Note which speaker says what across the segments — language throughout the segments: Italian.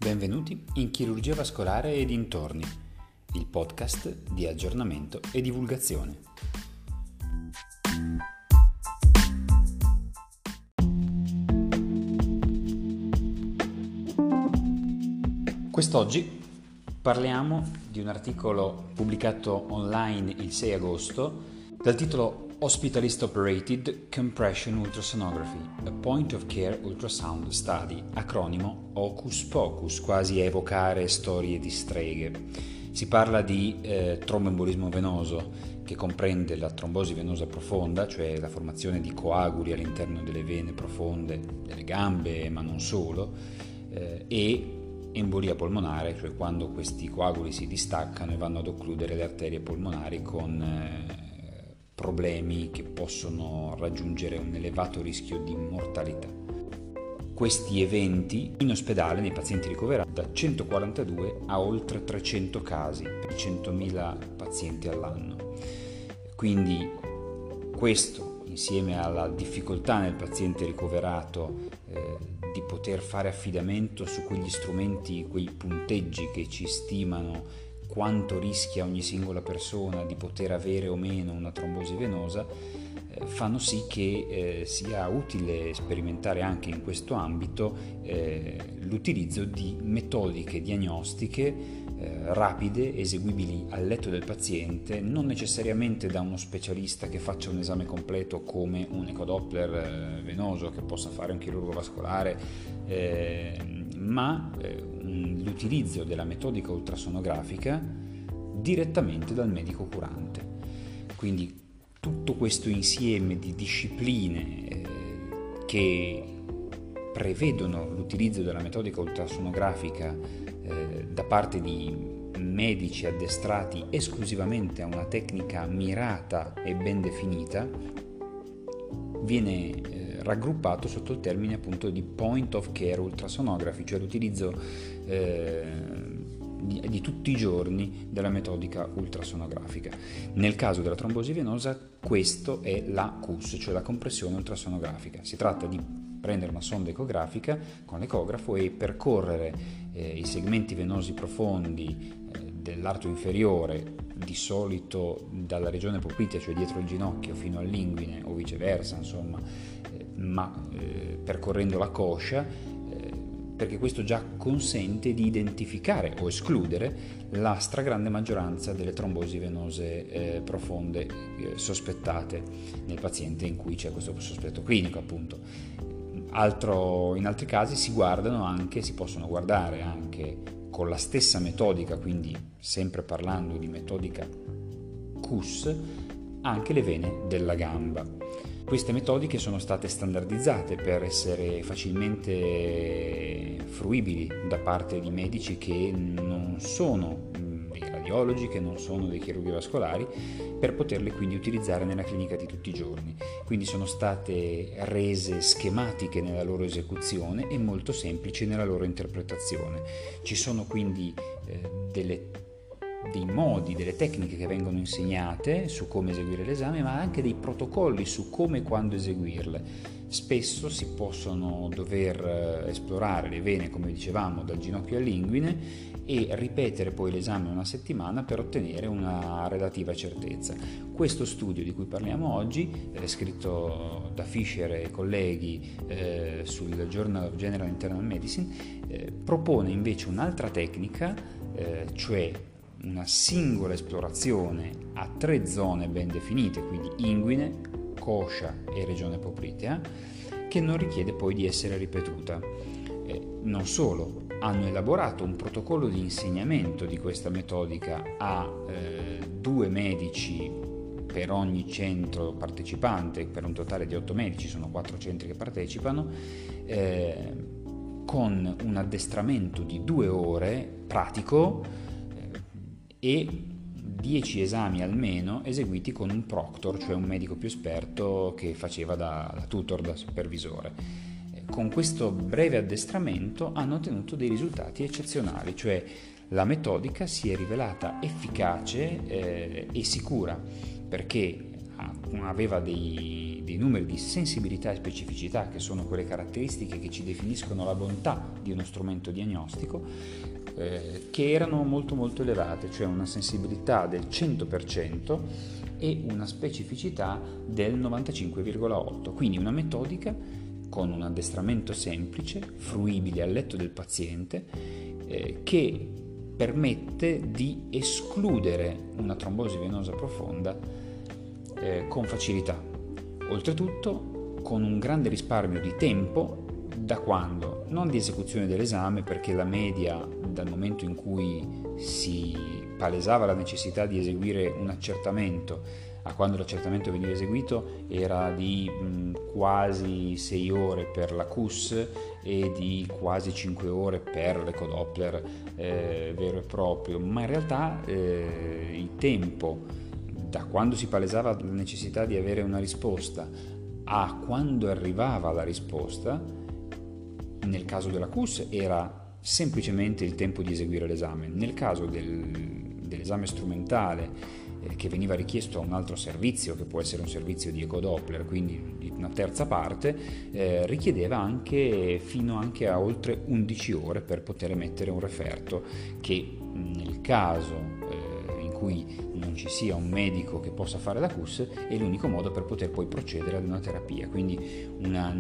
Speaker 1: Benvenuti in Chirurgia Vascolare e dintorni, il podcast di aggiornamento e divulgazione. Quest'oggi parliamo di un articolo pubblicato online il 6 agosto dal titolo Hospitalist Operated Compression Ultrasonography, a Point of Care Ultrasound Study, acronimo Hocus Pocus, quasi a evocare storie di streghe. Si parla di tromboembolismo venoso, che comprende la trombosi venosa profonda, cioè la formazione di coaguli all'interno delle vene profonde delle gambe, ma non solo, e embolia polmonare, cioè quando questi coaguli si distaccano e vanno ad occludere le arterie polmonari con problemi che possono raggiungere un elevato rischio di mortalità. Questi eventi in ospedale nei pazienti ricoverati da 142 a oltre 300 casi per 100.000 pazienti all'anno. Quindi questo, insieme alla difficoltà nel paziente ricoverato di poter fare affidamento su quegli strumenti, quei punteggi che ci stimano quanto rischia ogni singola persona di poter avere o meno una trombosi venosa, fanno sì che sia utile sperimentare anche in questo ambito l'utilizzo di metodiche diagnostiche rapide, eseguibili al letto del paziente, non necessariamente da uno specialista che faccia un esame completo come un ecodoppler venoso che possa fare un chirurgo vascolare, ma l'utilizzo della metodica ultrasonografica direttamente dal medico curante. Quindi tutto questo insieme di discipline che prevedono l'utilizzo della metodica ultrasonografica da parte di medici addestrati esclusivamente a una tecnica mirata e ben definita viene raggruppato sotto il termine appunto di point of care ultrasonography, cioè l'utilizzo di tutti i giorni della metodica ultrasonografica. Nel caso della trombosi venosa questo è la CUS, cioè la compressione ultrasonografica. Si tratta di prendere una sonda ecografica con l'ecografo e percorrere i segmenti venosi profondi dell'arto inferiore, di solito dalla regione poplitea, cioè dietro il ginocchio, fino all'inguine o viceversa, insomma, ma percorrendo la coscia, perché questo già consente di identificare o escludere la stragrande maggioranza delle trombosi venose profonde sospettate nel paziente in cui c'è questo sospetto clinico, appunto. In altri casi si possono guardare anche con la stessa metodica, quindi sempre parlando di metodica CUS, anche le vene della gamba. Queste metodiche sono state standardizzate per essere facilmente fruibili da parte di medici che non sono dei radiologi, che non sono dei chirurghi vascolari, per poterle quindi utilizzare nella clinica di tutti i giorni. Quindi sono state rese schematiche nella loro esecuzione e molto semplici nella loro interpretazione. Ci sono quindi dei modi, delle tecniche che vengono insegnate su come eseguire l'esame, ma anche dei protocolli su come e quando eseguirle. Spesso si possono dover esplorare le vene, come dicevamo, dal ginocchio all'inguine e ripetere poi l'esame una settimana per ottenere una relativa certezza. Questo studio di cui parliamo oggi, scritto da Fisher e colleghi sul Journal of General Internal Medicine, propone invece un'altra tecnica, cioè una singola esplorazione a 3 zone ben definite, quindi inguine, coscia e regione poplitea, che non richiede poi di essere ripetuta. Non solo, hanno elaborato un protocollo di insegnamento di questa metodica a 2 medici per ogni centro partecipante, per un totale di 8 medici, sono 4 centri che partecipano, con un addestramento di 2 ore pratico e 10 esami almeno eseguiti con un proctor, cioè un medico più esperto che faceva da tutor, da supervisore. Con questo breve addestramento hanno ottenuto dei risultati eccezionali, cioè la metodica si è rivelata efficace e sicura, perché aveva dei dei numeri di sensibilità e specificità, che sono quelle caratteristiche che ci definiscono la bontà di uno strumento diagnostico, che erano molto molto elevate, cioè una sensibilità del 100% e una specificità del 95,8%, quindi una metodica con un addestramento semplice, fruibile al letto del paziente, che permette di escludere una trombosi venosa profonda con facilità. Oltretutto con un grande risparmio di tempo, da quando? Non di esecuzione dell'esame, perché la media dal momento in cui si palesava la necessità di eseguire un accertamento a quando l'accertamento veniva eseguito era di quasi 6 ore per la CUS e di quasi 5 ore per l'ecodoppler vero e proprio, ma in realtà il tempo da quando si palesava la necessità di avere una risposta a quando arrivava la risposta, nel caso della CUS era semplicemente il tempo di eseguire l'esame. Nel caso dell'esame strumentale che veniva richiesto a un altro servizio, che può essere un servizio di ecodoppler, quindi di una terza parte, richiedeva anche fino anche a oltre 11 ore per poter emettere un referto, che nel caso in cui non ci sia un medico che possa fare la CUS è l'unico modo per poter poi procedere ad una terapia, quindi un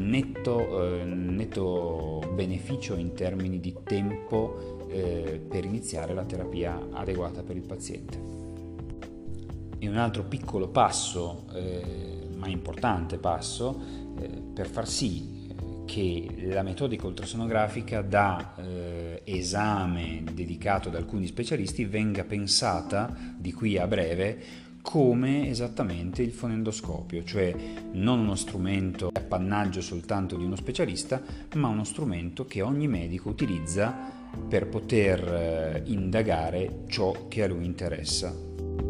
Speaker 1: netto beneficio in termini di tempo per iniziare la terapia adeguata per il paziente. E un altro piccolo passo, ma importante passo, per far sì che la metodica ultrasonografica da esame dedicato ad alcuni specialisti venga pensata di qui a breve come esattamente il fonendoscopio, cioè non uno strumento appannaggio soltanto di uno specialista, ma uno strumento che ogni medico utilizza per poter indagare ciò che a lui interessa.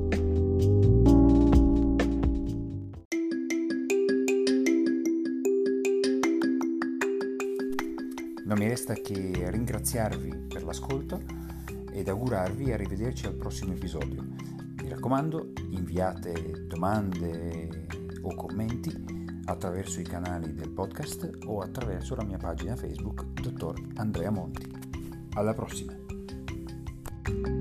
Speaker 1: Non mi resta che ringraziarvi per l'ascolto ed augurarvi a rivederci al prossimo episodio. Mi raccomando, inviate domande o commenti attraverso i canali del podcast o attraverso la mia pagina Facebook, Dottor Andrea Monti. Alla prossima!